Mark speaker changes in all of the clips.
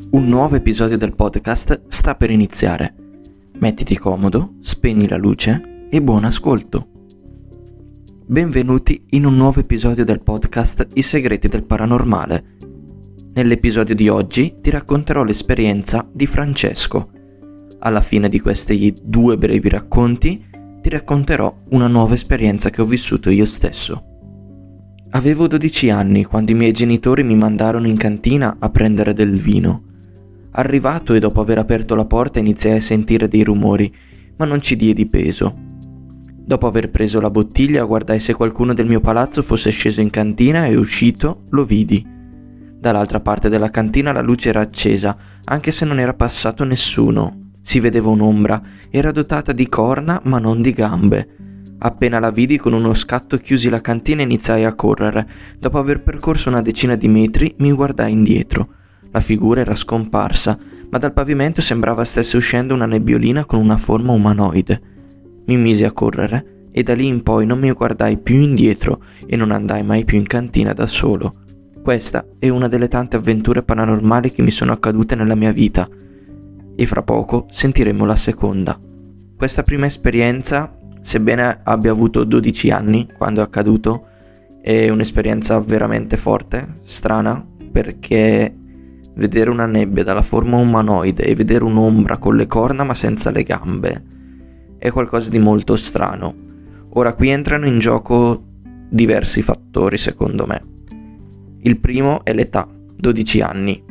Speaker 1: Un nuovo episodio del podcast sta per iniziare. Mettiti comodo, spegni la luce e buon ascolto. Benvenuti in un nuovo episodio del podcast I segreti del paranormale. Nell'episodio di oggi ti racconterò l'esperienza di Francesco. Alla fine di questi 2 brevi racconti ti racconterò una nuova esperienza che ho vissuto io stesso. Avevo 12 anni quando i miei genitori mi mandarono in cantina a prendere del vino. Arrivato e dopo aver aperto la porta iniziai a sentire dei rumori, ma non ci diedi peso. Dopo aver preso la bottiglia guardai se qualcuno del mio palazzo fosse sceso in cantina e uscito lo vidi. Dall'altra parte della cantina la luce era accesa, anche se non era passato nessuno. Si vedeva un'ombra, era dotata di corna ma non di gambe. Appena la vidi con uno scatto chiusi la cantina e iniziai a correre. Dopo aver percorso una decina di metri mi guardai indietro. La figura era scomparsa, ma dal pavimento sembrava stesse uscendo una nebbiolina con una forma umanoide. Mi misi a correre e da lì in poi non mi guardai più indietro e non andai mai più in cantina da solo. Questa è una delle tante avventure paranormali che mi sono accadute nella mia vita e fra poco sentiremo la seconda. Questa prima esperienza, sebbene abbia avuto 12 anni quando è accaduto, è un'esperienza veramente forte, strana, perché vedere una nebbia dalla forma umanoide e vedere un'ombra con le corna ma senza le gambe è qualcosa di molto strano. Ora qui entrano in gioco diversi fattori secondo me. Il primo è l'età, 12 anni.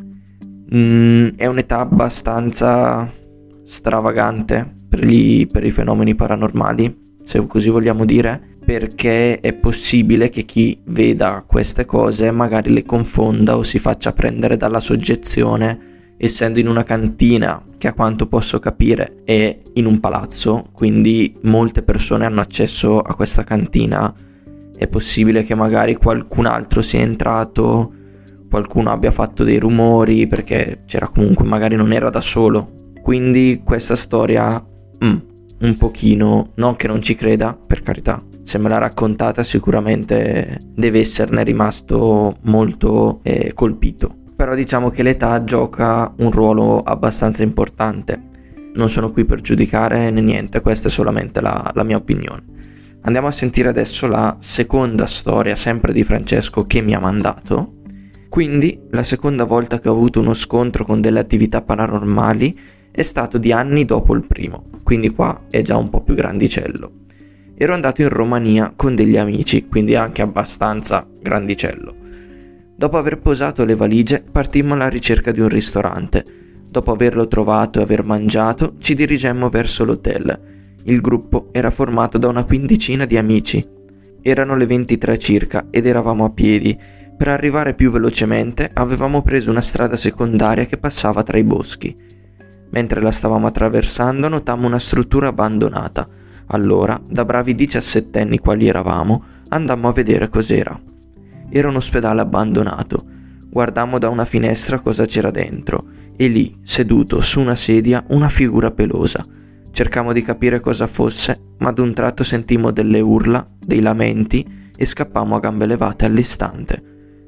Speaker 1: È un'età abbastanza stravagante per i fenomeni paranormali, se così vogliamo dire, perché è possibile che chi veda queste cose magari le confonda o si faccia prendere dalla soggezione, essendo in una cantina che a quanto posso capire è in un palazzo, quindi molte persone hanno accesso a questa cantina. È possibile che magari qualcun altro sia entrato, qualcuno abbia fatto dei rumori perché c'era comunque, magari non era da solo. Quindi questa storia un pochino, non che non ci creda, per carità, se me l'ha raccontata sicuramente deve esserne rimasto molto colpito. Però diciamo che l'età gioca un ruolo abbastanza importante. Non sono qui per giudicare né niente, questa è solamente la mia opinione. Andiamo a sentire adesso la seconda storia, sempre di Francesco, che mi ha mandato. Quindi la seconda volta che ho avuto uno scontro con delle attività paranormali è stato di anni dopo il primo, quindi qua è già un po' più grandicello. Ero andato in Romania con degli amici, quindi anche abbastanza grandicello. Dopo aver posato le valigie partimmo alla ricerca di un ristorante. Dopo averlo trovato e aver mangiato ci dirigemmo verso l'hotel. Il gruppo era formato da una quindicina di amici. Erano le 23 circa ed eravamo a piedi. Per arrivare più velocemente avevamo preso una strada secondaria che passava tra i boschi. Mentre la stavamo attraversando notammo una struttura abbandonata. Allora, da bravi 17enni quali eravamo, andammo a vedere cos'era. Era un ospedale abbandonato. Guardammo da una finestra cosa c'era dentro e lì, seduto su una sedia, una figura pelosa. Cercammo di capire cosa fosse, ma ad un tratto sentimmo delle urla, dei lamenti e scappammo a gambe levate all'istante.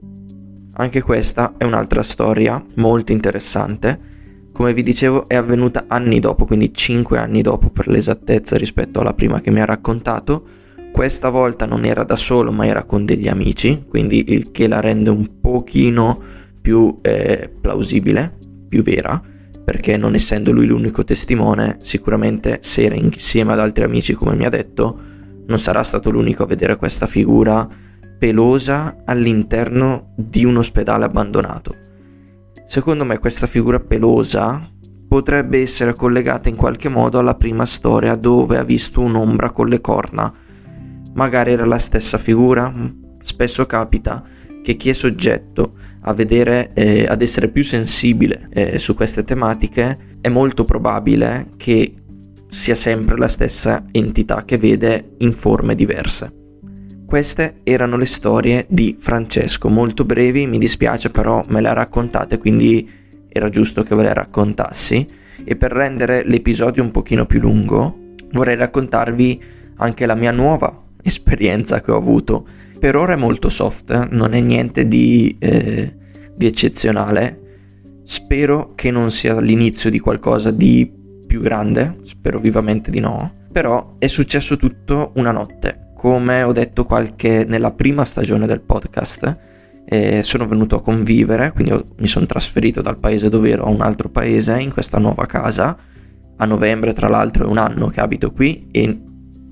Speaker 1: Anche questa è un'altra storia molto interessante. Come vi dicevo è avvenuta anni dopo, quindi 5 anni dopo per l'esattezza rispetto alla prima che mi ha raccontato. Questa volta non era da solo ma era con degli amici, quindi il che la rende un pochino più plausibile, più vera, perché non essendo lui l'unico testimone, sicuramente se era insieme ad altri amici come mi ha detto, non sarà stato l'unico a vedere questa figura pelosa all'interno di un ospedale abbandonato. Secondo me questa figura pelosa potrebbe essere collegata in qualche modo alla prima storia dove ha visto un'ombra con le corna. Magari era la stessa figura. Spesso capita che chi è soggetto a vedere, ad essere più sensibile su queste tematiche, è molto probabile che sia sempre la stessa entità che vede in forme diverse. Queste erano le storie di Francesco, molto brevi, mi dispiace però me le ha raccontate, quindi era giusto che ve le raccontassi. E per rendere l'episodio un pochino più lungo vorrei raccontarvi anche la mia nuova esperienza che ho avuto. Per ora è molto soft, non è niente di eccezionale, Spero che non sia l'inizio di qualcosa di più grande, spero vivamente di no, però è successo tutto una notte. Come ho detto nella prima stagione del podcast, sono venuto a convivere, quindi mi sono trasferito dal paese dove ero a un altro paese, in questa nuova casa. A novembre, tra l'altro, è un anno che abito qui e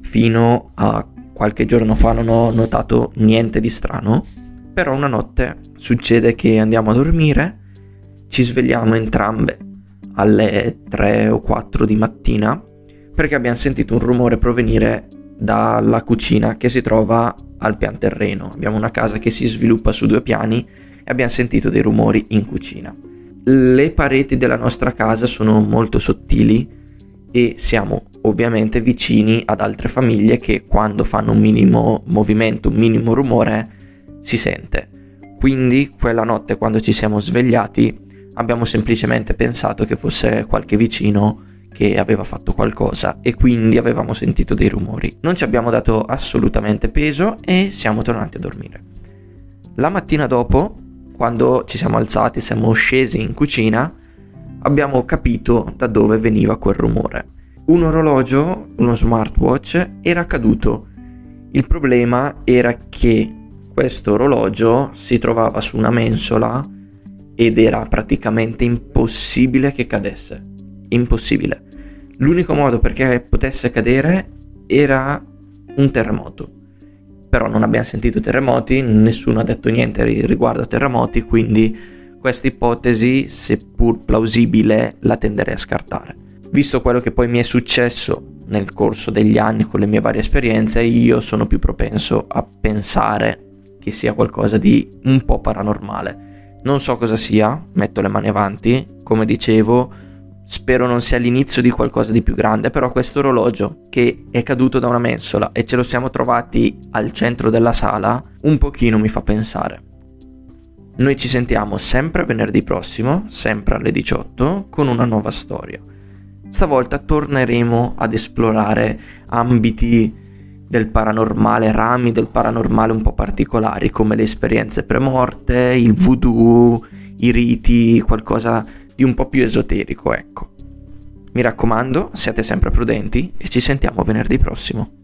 Speaker 1: fino a qualche giorno fa non ho notato niente di strano. Però una notte succede che andiamo a dormire, ci svegliamo entrambe alle 3 o 4 di mattina perché abbiamo sentito un rumore provenire dalla cucina che si trova al pian terreno. Abbiamo una casa che si sviluppa su 2 piani e abbiamo sentito dei rumori in cucina. Le pareti della nostra casa sono molto sottili e siamo ovviamente vicini ad altre famiglie che quando fanno un minimo movimento, un minimo rumore si sente. Quindi quella notte, quando ci siamo svegliati, abbiamo semplicemente pensato che fosse qualche vicino che aveva fatto qualcosa e quindi avevamo sentito dei rumori. Non ci abbiamo dato assolutamente peso e siamo tornati a dormire. La mattina dopo, quando ci siamo alzati, siamo scesi in cucina, abbiamo capito da dove veniva quel rumore. Un orologio, uno smartwatch, era caduto. Il problema era che questo orologio si trovava su una mensola ed era praticamente impossibile che cadesse. Impossibile. L'unico modo perché potesse cadere era un terremoto. Però non abbiamo sentito terremoti, nessuno ha detto niente riguardo a terremoti, quindi questa ipotesi, seppur plausibile, la tenderei a scartare. Visto quello che poi mi è successo nel corso degli anni con le mie varie esperienze, io sono più propenso a pensare che sia qualcosa di un po' paranormale. Non so cosa sia, metto le mani avanti, come dicevo, spero non sia l'inizio di qualcosa di più grande, però questo orologio che è caduto da una mensola e ce lo siamo trovati al centro della sala, un pochino mi fa pensare. Noi ci sentiamo sempre venerdì prossimo, sempre alle 18, con una nuova storia. Stavolta torneremo ad esplorare ambiti del paranormale, rami del paranormale un po' particolari, come le esperienze premorte, il voodoo, i riti, qualcosa di un po' più esoterico, ecco. Mi raccomando, siate sempre prudenti e ci sentiamo venerdì prossimo.